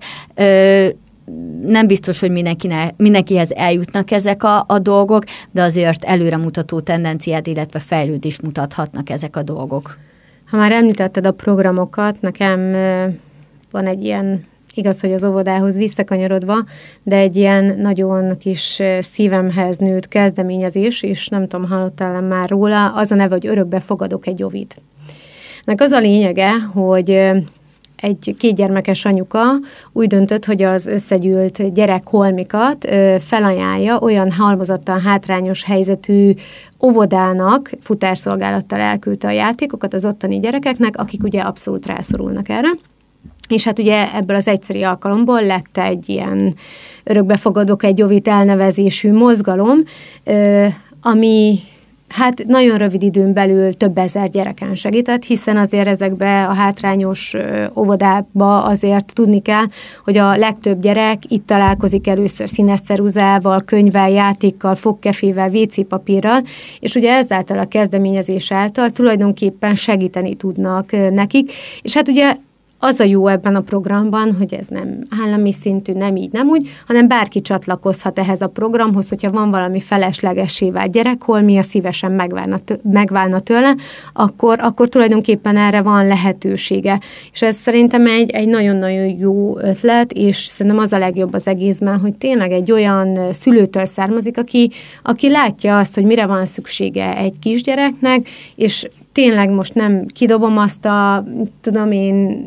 nem biztos, hogy mindenkihez eljutnak ezek a, a dolgok, de azért előremutató tendenciát, illetve fejlődést mutathatnak ezek a dolgok. Ha már említetted a programokat, nekem van egy ilyen, igaz, hogy az óvodához visszakanyarodva, de egy ilyen nagyon kis szívemhez nőtt kezdeményezés, és nem tudom, hallottál már róla, az a neve, hogy Örökbe fogadok egy óvit. Nek az a lényege, hogy egy kétgyermekes anyuka úgy döntött, hogy az összegyűlt gyerekholmikat felajánlja olyan halmozottan hátrányos helyzetű óvodának, futárszolgálattal elküldte a játékokat az ottani gyerekeknek, akik ugye abszolút rászorulnak erre. És hát ugye ebből az egyszeri alkalomból lett egy ilyen Örökbefogadok egy óvit elnevezésű mozgalom, ami hát nagyon rövid időn belül több ezer gyereken segített, hiszen azért ezekbe a hátrányos óvodába azért tudni kell, hogy a legtöbb gyerek itt találkozik először színes ceruzával, könyvvel, játékkal, fogkefével, vécépapírral, és ugye ezáltal a kezdeményezés által tulajdonképpen segíteni tudnak nekik, és hát ugye az a jó ebben a programban, hogy ez nem állami szintű, nem így, nem úgy, hanem bárki csatlakozhat ehhez a programhoz, hogyha van valami feleslegessé vált gyerekholmia, szívesen megválna, megválna tőle, akkor, akkor tulajdonképpen erre van lehetősége. És ez szerintem egy, egy nagyon-nagyon jó ötlet, és szerintem az a legjobb az egészben, hogy tényleg egy olyan szülőtől származik, aki, aki látja azt, hogy mire van szüksége egy kisgyereknek, és tényleg most nem kidobom azt a, tudom én,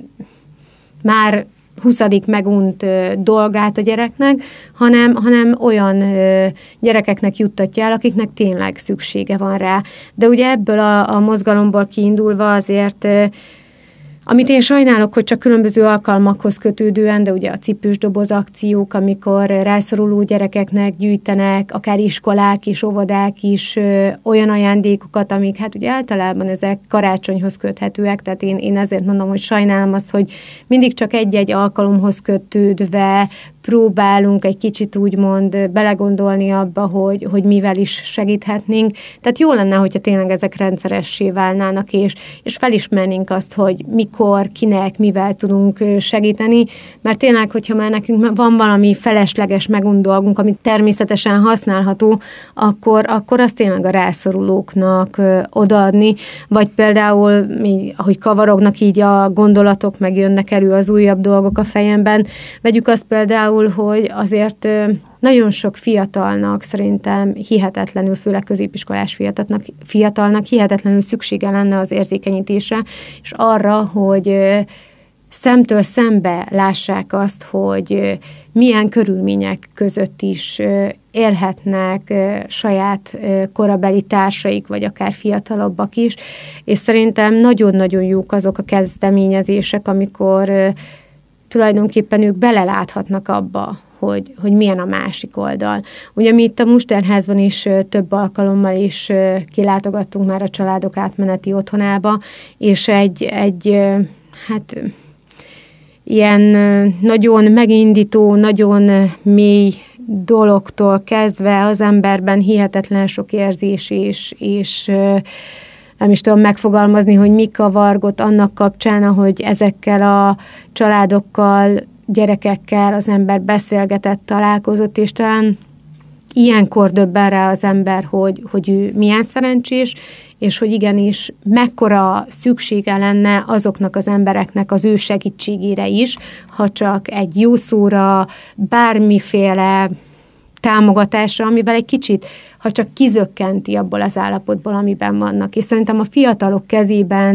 már huszadik megunt ö, dolgát a gyereknek, hanem, hanem olyan ö, gyerekeknek juttatja el, akiknek tényleg szüksége van rá. De ugye ebből a, a mozgalomból kiindulva azért, ö, amit én sajnálok, hogy csak különböző alkalmakhoz kötődően, de ugye a cipős doboz akciók, amikor rászoruló gyerekeknek gyűjtenek, akár iskolák és óvodák is ö, olyan ajándékokat, amik hát ugye általában ezek karácsonyhoz köthetőek, tehát én, én ezért mondom, hogy sajnálom azt, hogy mindig csak egy-egy alkalomhoz kötődve próbálunk egy kicsit úgymond belegondolni abba, hogy, hogy mivel is segíthetnénk. Tehát jó lenne, hogyha tényleg ezek rendszeressé válnának, és, és felismernénk azt, hogy mikor, kinek, mivel tudunk segíteni, mert tényleg, hogyha már nekünk van valami felesleges megunt dolgunk, amit természetesen használható, akkor, akkor azt tényleg a rászorulóknak odaadni, vagy például, ahogy kavarognak így a gondolatok, meg jönnek elő az újabb dolgok a fejemben, vegyük azt például, hogy azért nagyon sok fiatalnak szerintem hihetetlenül, főleg középiskolás fiatalnak, fiatalnak hihetetlenül szüksége lenne az érzékenyítésre, és arra, hogy szemtől szembe lássák azt, hogy milyen körülmények között is élhetnek saját korabeli társaik, vagy akár fiatalabbak is, és szerintem nagyon-nagyon jók azok a kezdeményezések, amikor tulajdonképpen ők beleláthatnak abba, hogy, hogy milyen a másik oldal. Ugye mi itt a Musterházban is több alkalommal is kilátogattunk már a családok átmeneti otthonába, és egy, egy hát ilyen nagyon megindító, nagyon mély dologtól kezdve az emberben hihetetlen sok érzés és, és nem is tudom megfogalmazni, hogy mi kavargott annak kapcsán, ahogy ezekkel a családokkal, gyerekekkel az ember beszélgetett, találkozott, és talán ilyenkor döbben rá az ember, hogy, hogy ő milyen szerencsés, és hogy igenis mekkora szüksége lenne azoknak az embereknek az ő segítségére is, ha csak egy jó szóra, bármiféle támogatásra, amivel egy kicsit, ha csak kizökkenti abból az állapotból, amiben vannak. És szerintem a fiatalok kezében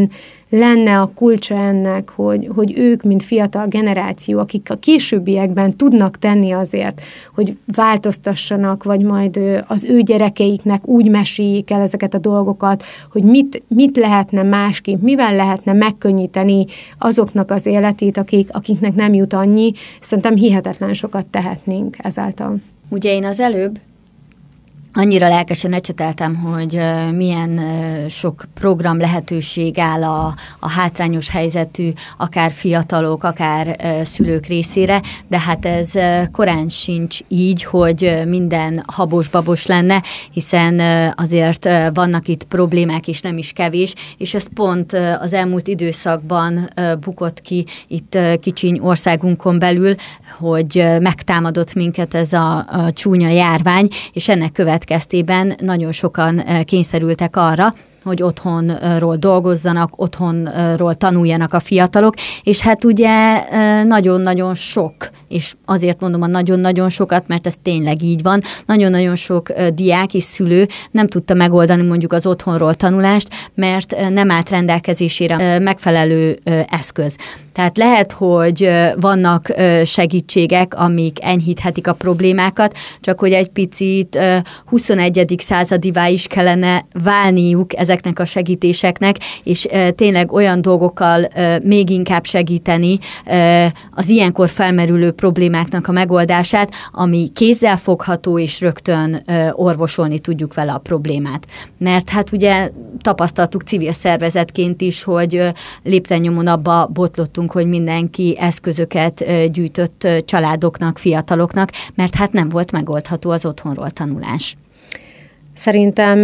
lenne a kulcsa ennek, hogy, hogy ők, mint fiatal generáció, akik a későbbiekben tudnak tenni azért, hogy változtassanak, vagy majd az ő gyerekeiknek úgy meséljék el ezeket a dolgokat, hogy mit, mit lehetne másképp, mivel lehetne megkönnyíteni azoknak az életét, akik, akiknek nem jut annyi. Szerintem hihetetlen sokat tehetnénk ezáltal. Ugye én az előbb annyira lelkesen ecseteltem, hogy milyen sok program lehetőség áll a, a hátrányos helyzetű, akár fiatalok, akár szülők részére, de hát ez korán sincs így, hogy minden habos-babos lenne, hiszen azért vannak itt problémák, és nem is kevés, és ez pont az elmúlt időszakban bukott ki itt kicsiny országunkon belül, hogy megtámadott minket ez a, a csúnya járvány, és ennek követ következtében nagyon sokan kényszerültek arra, hogy otthonról dolgozzanak, otthonról tanuljanak a fiatalok, és hát ugye nagyon-nagyon sok, és azért mondom a nagyon-nagyon sokat, mert ez tényleg így van, nagyon-nagyon sok diák és szülő nem tudta megoldani mondjuk az otthonról tanulást, mert nem állt rendelkezésére megfelelő eszköz. Tehát lehet, hogy vannak segítségek, amik enyhíthetik a problémákat, csak hogy egy picit huszonegyedik századivá is kellene válniuk ezeknek a segítéseknek, és tényleg olyan dolgokkal még inkább segíteni az ilyenkor felmerülő problémáknak a megoldását, ami kézzelfogható, és rögtön orvosolni tudjuk vele a problémát. Mert hát ugye tapasztaltuk civil szervezetként is, hogy lépten nyomon abba botlottunk, hogy mindenki eszközöket gyűjtött családoknak, fiataloknak, mert hát nem volt megoldható az otthonról tanulás. Szerintem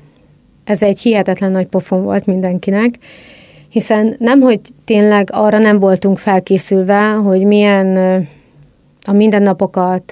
ez egy hihetetlen nagy pofon volt mindenkinek, hiszen nemhogy tényleg arra nem voltunk felkészülve, hogy milyen a mindennapokat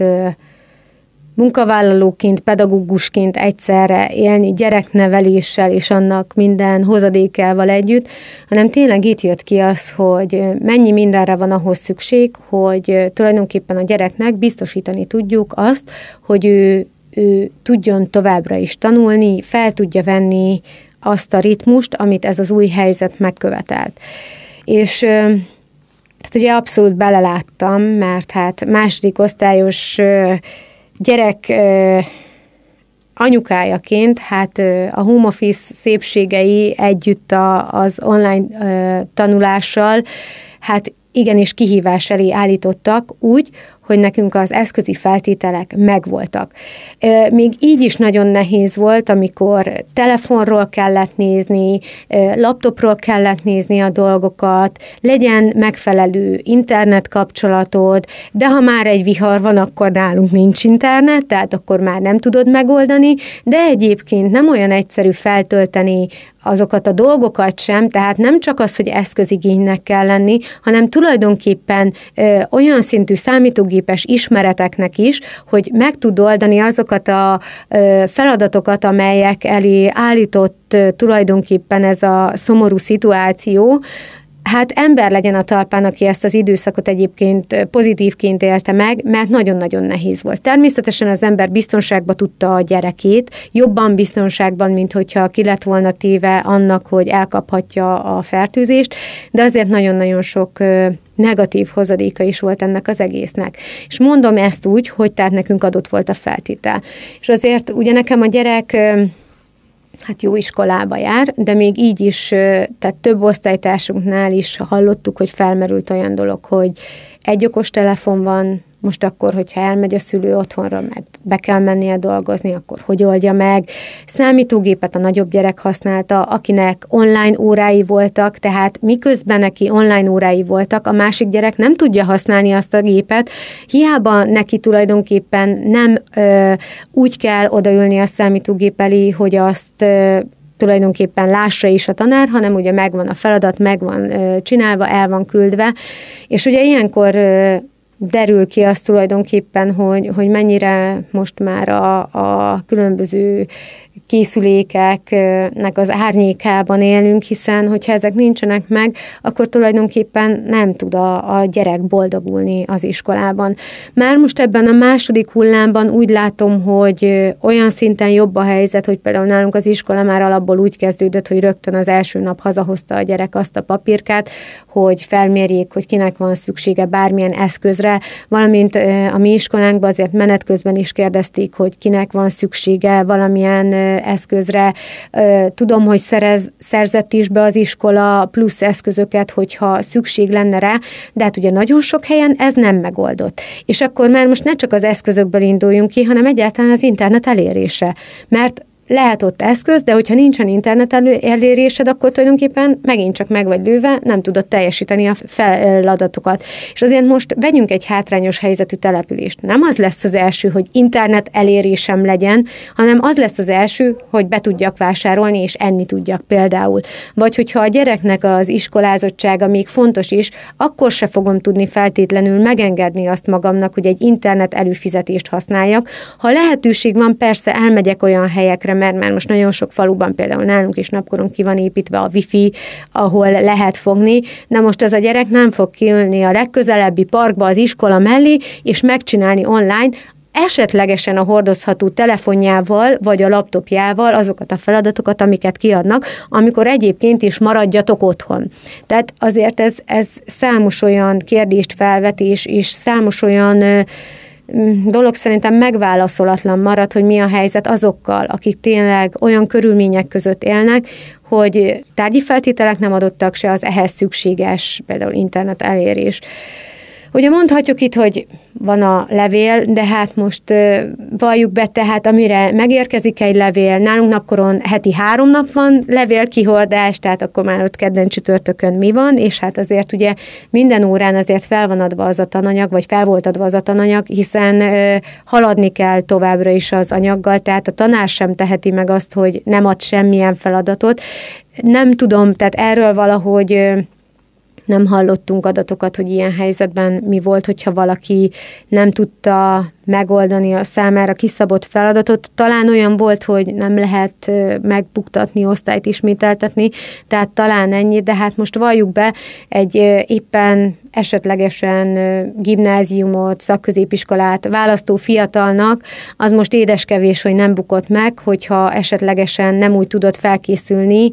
munkavállalóként, pedagógusként egyszerre élni gyerekneveléssel és annak minden hozadékával együtt, hanem tényleg itt jött ki az, hogy mennyi mindenre van ahhoz szükség, hogy tulajdonképpen a gyereknek biztosítani tudjuk azt, hogy ő, ő tudjon továbbra is tanulni, fel tudja venni azt a ritmust, amit ez az új helyzet megkövetelt. És tehát ugye abszolút beleláttam, mert hát második osztályos gyerek ö, anyukájaként, hát ö, a home office szépségei együtt a, az online ö, tanulással, hát igenis kihívás elé állítottak úgy, hogy nekünk az eszközi feltételek megvoltak. Még így is nagyon nehéz volt, amikor telefonról kellett nézni, laptopról kellett nézni a dolgokat, legyen megfelelő internet kapcsolatod, de ha már egy vihar van, akkor nálunk nincs internet, tehát akkor már nem tudod megoldani, de egyébként nem olyan egyszerű feltölteni azokat a dolgokat sem, tehát nem csak az, hogy eszközigénynek kell lenni, hanem tulajdonképpen ö, olyan szintű számítógépes ismereteknek is, hogy meg tud oldani azokat a ö, feladatokat, amelyek elé állított ö, tulajdonképpen ez a szomorú szituáció. Hát ember legyen a talpán, aki ezt az időszakot egyébként pozitívként élte meg, mert nagyon-nagyon nehéz volt. Természetesen az ember biztonságba tudta a gyerekét, jobban biztonságban, mint hogyha ki lett volna téve annak, hogy elkaphatja a fertőzést, de azért nagyon-nagyon sok negatív hozadéka is volt ennek az egésznek. És mondom ezt úgy, hogy tehát nekünk adott volt a feltétel. És azért ugye nekem a gyerek hát jó iskolába jár, de még így is, tehát több osztálytársunknál is hallottuk, hogy felmerült olyan dolog, hogy egy okos telefon van, most akkor, hogyha elmegy a szülő otthonra, mert be kell mennie dolgozni, akkor hogy oldja meg. Számítógépet a nagyobb gyerek használta, akinek online órái voltak, tehát miközben neki online órái voltak, a másik gyerek nem tudja használni azt a gépet, hiába neki tulajdonképpen nem ö, úgy kell odaülni a számítógép elé, hogy azt ö, tulajdonképpen lássa is a tanár, hanem ugye megvan a feladat, megvan ö, csinálva, el van küldve, és ugye ilyenkor ö, derül ki az tulajdonképpen, hogy, hogy mennyire most már a, a különböző készülékeknek az árnyékában élünk, hiszen hogyha ezek nincsenek meg, akkor tulajdonképpen nem tud a, a gyerek boldogulni az iskolában. Már most ebben a második hullámban úgy látom, hogy olyan szinten jobb a helyzet, hogy például nálunk az iskola már alapból úgy kezdődött, hogy rögtön az első nap hazahozta a gyerek azt a papírkát, hogy felmérjék, hogy kinek van szüksége bármilyen eszközre, valamint a mi iskolánkban azért menet közben is kérdezték, hogy kinek van szüksége valamilyen eszközre. Tudom, hogy szerez, szerzett is be az iskola plusz eszközöket, hogyha szükség lenne rá, de hát ugye nagyon sok helyen ez nem megoldott. És akkor már most ne csak az eszközökből induljunk ki, hanem egyáltalán az internet elérése. Mert lehet ott eszköz, de hogyha nincsen internet elérésed, akkor tulajdonképpen megint csak meg vagy lőve, nem tudod teljesíteni a feladatokat. És azért most vegyünk egy hátrányos helyzetű települést. Nem az lesz az első, hogy internet elérésem legyen, hanem az lesz az első, hogy be tudjak vásárolni, és enni tudjak például. Vagy hogyha a gyereknek az iskolázottsága még fontos is, akkor se fogom tudni feltétlenül megengedni azt magamnak, hogy egy internet előfizetést használjak. Ha lehetőség van, persze elmegyek olyan helyekre, mert már most nagyon sok faluban, például nálunk is napkoron ki van építve a wifi, ahol lehet fogni, de most az a gyerek nem fog kiülni a legközelebbi parkba az iskola mellé, és megcsinálni online, esetlegesen a hordozható telefonjával, vagy a laptopjával azokat a feladatokat, amiket kiadnak, amikor egyébként is maradjatok otthon. Tehát azért ez, ez számos olyan kérdést felvet, és, és számos olyan dolog szerintem megválaszolatlan marad, hogy mi a helyzet azokkal, akik tényleg olyan körülmények között élnek, hogy tárgyi feltételek nem adottak, se az ehhez szükséges, például internet elérés. Ugye mondhatjuk itt, hogy van a levél, de hát most uh, valljuk be, tehát amire megérkezik egy levél, nálunk napkoron heti három nap van levélkihordás, tehát akkor már ott kedden csütörtökön mi van, és hát azért ugye minden órán azért fel van adva az a tananyag, vagy fel volt adva az a tananyag, hiszen uh, haladni kell továbbra is az anyaggal, tehát a tanár sem teheti meg azt, hogy nem ad semmilyen feladatot. Nem tudom, tehát erről valahogy uh, nem hallottunk adatokat, hogy ilyen helyzetben mi volt, hogyha valaki nem tudta megoldani a számára kiszabott feladatot. Talán olyan volt, hogy nem lehet megbuktatni, osztályt ismételtetni, tehát talán ennyi, de hát most valljuk be, egy éppen esetlegesen gimnáziumot, szakközépiskolát választó fiatalnak, az most édeskevés, hogy nem bukott meg, hogyha esetlegesen nem úgy tudott felkészülni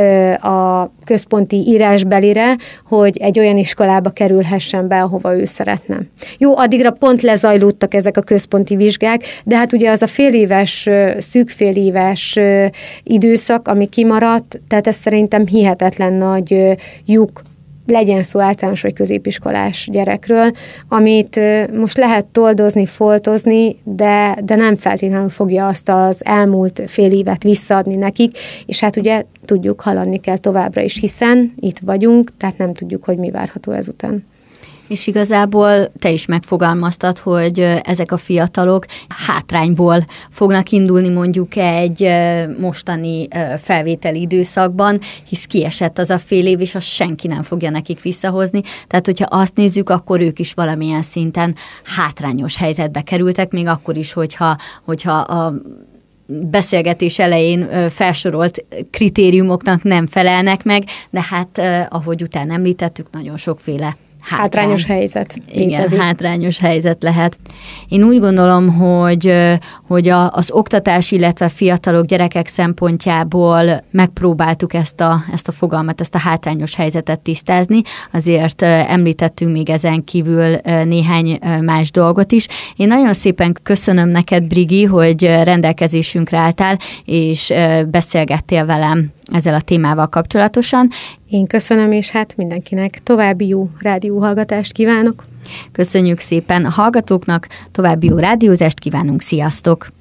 a központi írásbelire, hogy egy olyan iskolába kerülhessen be, ahova ő szeretne. Jó, addigra pont lezajlódtak ezek a központi vizsgák, de hát ugye az a féléves, szűk féléves időszak, ami kimaradt, tehát ez szerintem hihetetlen nagy lyuk, legyen szó általános vagy középiskolás gyerekről, amit most lehet toldozni, foltozni, de, de nem feltétlenül fogja azt az elmúlt fél évet visszaadni nekik, és hát ugye tudjuk, haladni kell továbbra is, hiszen itt vagyunk, tehát nem tudjuk, hogy mi várható ezután. És igazából te is megfogalmaztad, hogy ezek a fiatalok hátrányból fognak indulni mondjuk egy mostani felvételi időszakban, hisz kiesett az a fél év, és azt senki nem fogja nekik visszahozni. Tehát, hogyha azt nézzük, akkor ők is valamilyen szinten hátrányos helyzetbe kerültek, még akkor is, hogyha, hogyha a beszélgetés elején felsorolt kritériumoknak nem felelnek meg, de hát, ahogy utána említettük, nagyon sokféle Hátrány. Hátrányos helyzet. Igen, létezik. hátrányos helyzet lehet. Én úgy gondolom, hogy, hogy a, az oktatás, illetve fiatalok, gyerekek szempontjából megpróbáltuk ezt a, ezt a fogalmat, ezt a hátrányos helyzetet tisztázni. Azért említettünk még ezen kívül néhány más dolgot is. Én nagyon szépen köszönöm neked, Brigi, hogy rendelkezésünkre álltál, és beszélgettél velem ezzel a témával kapcsolatosan. Én köszönöm, és hát mindenkinek további jó rádióhallgatást kívánok. Köszönjük szépen a hallgatóknak, további jó rádiózást kívánunk, sziasztok!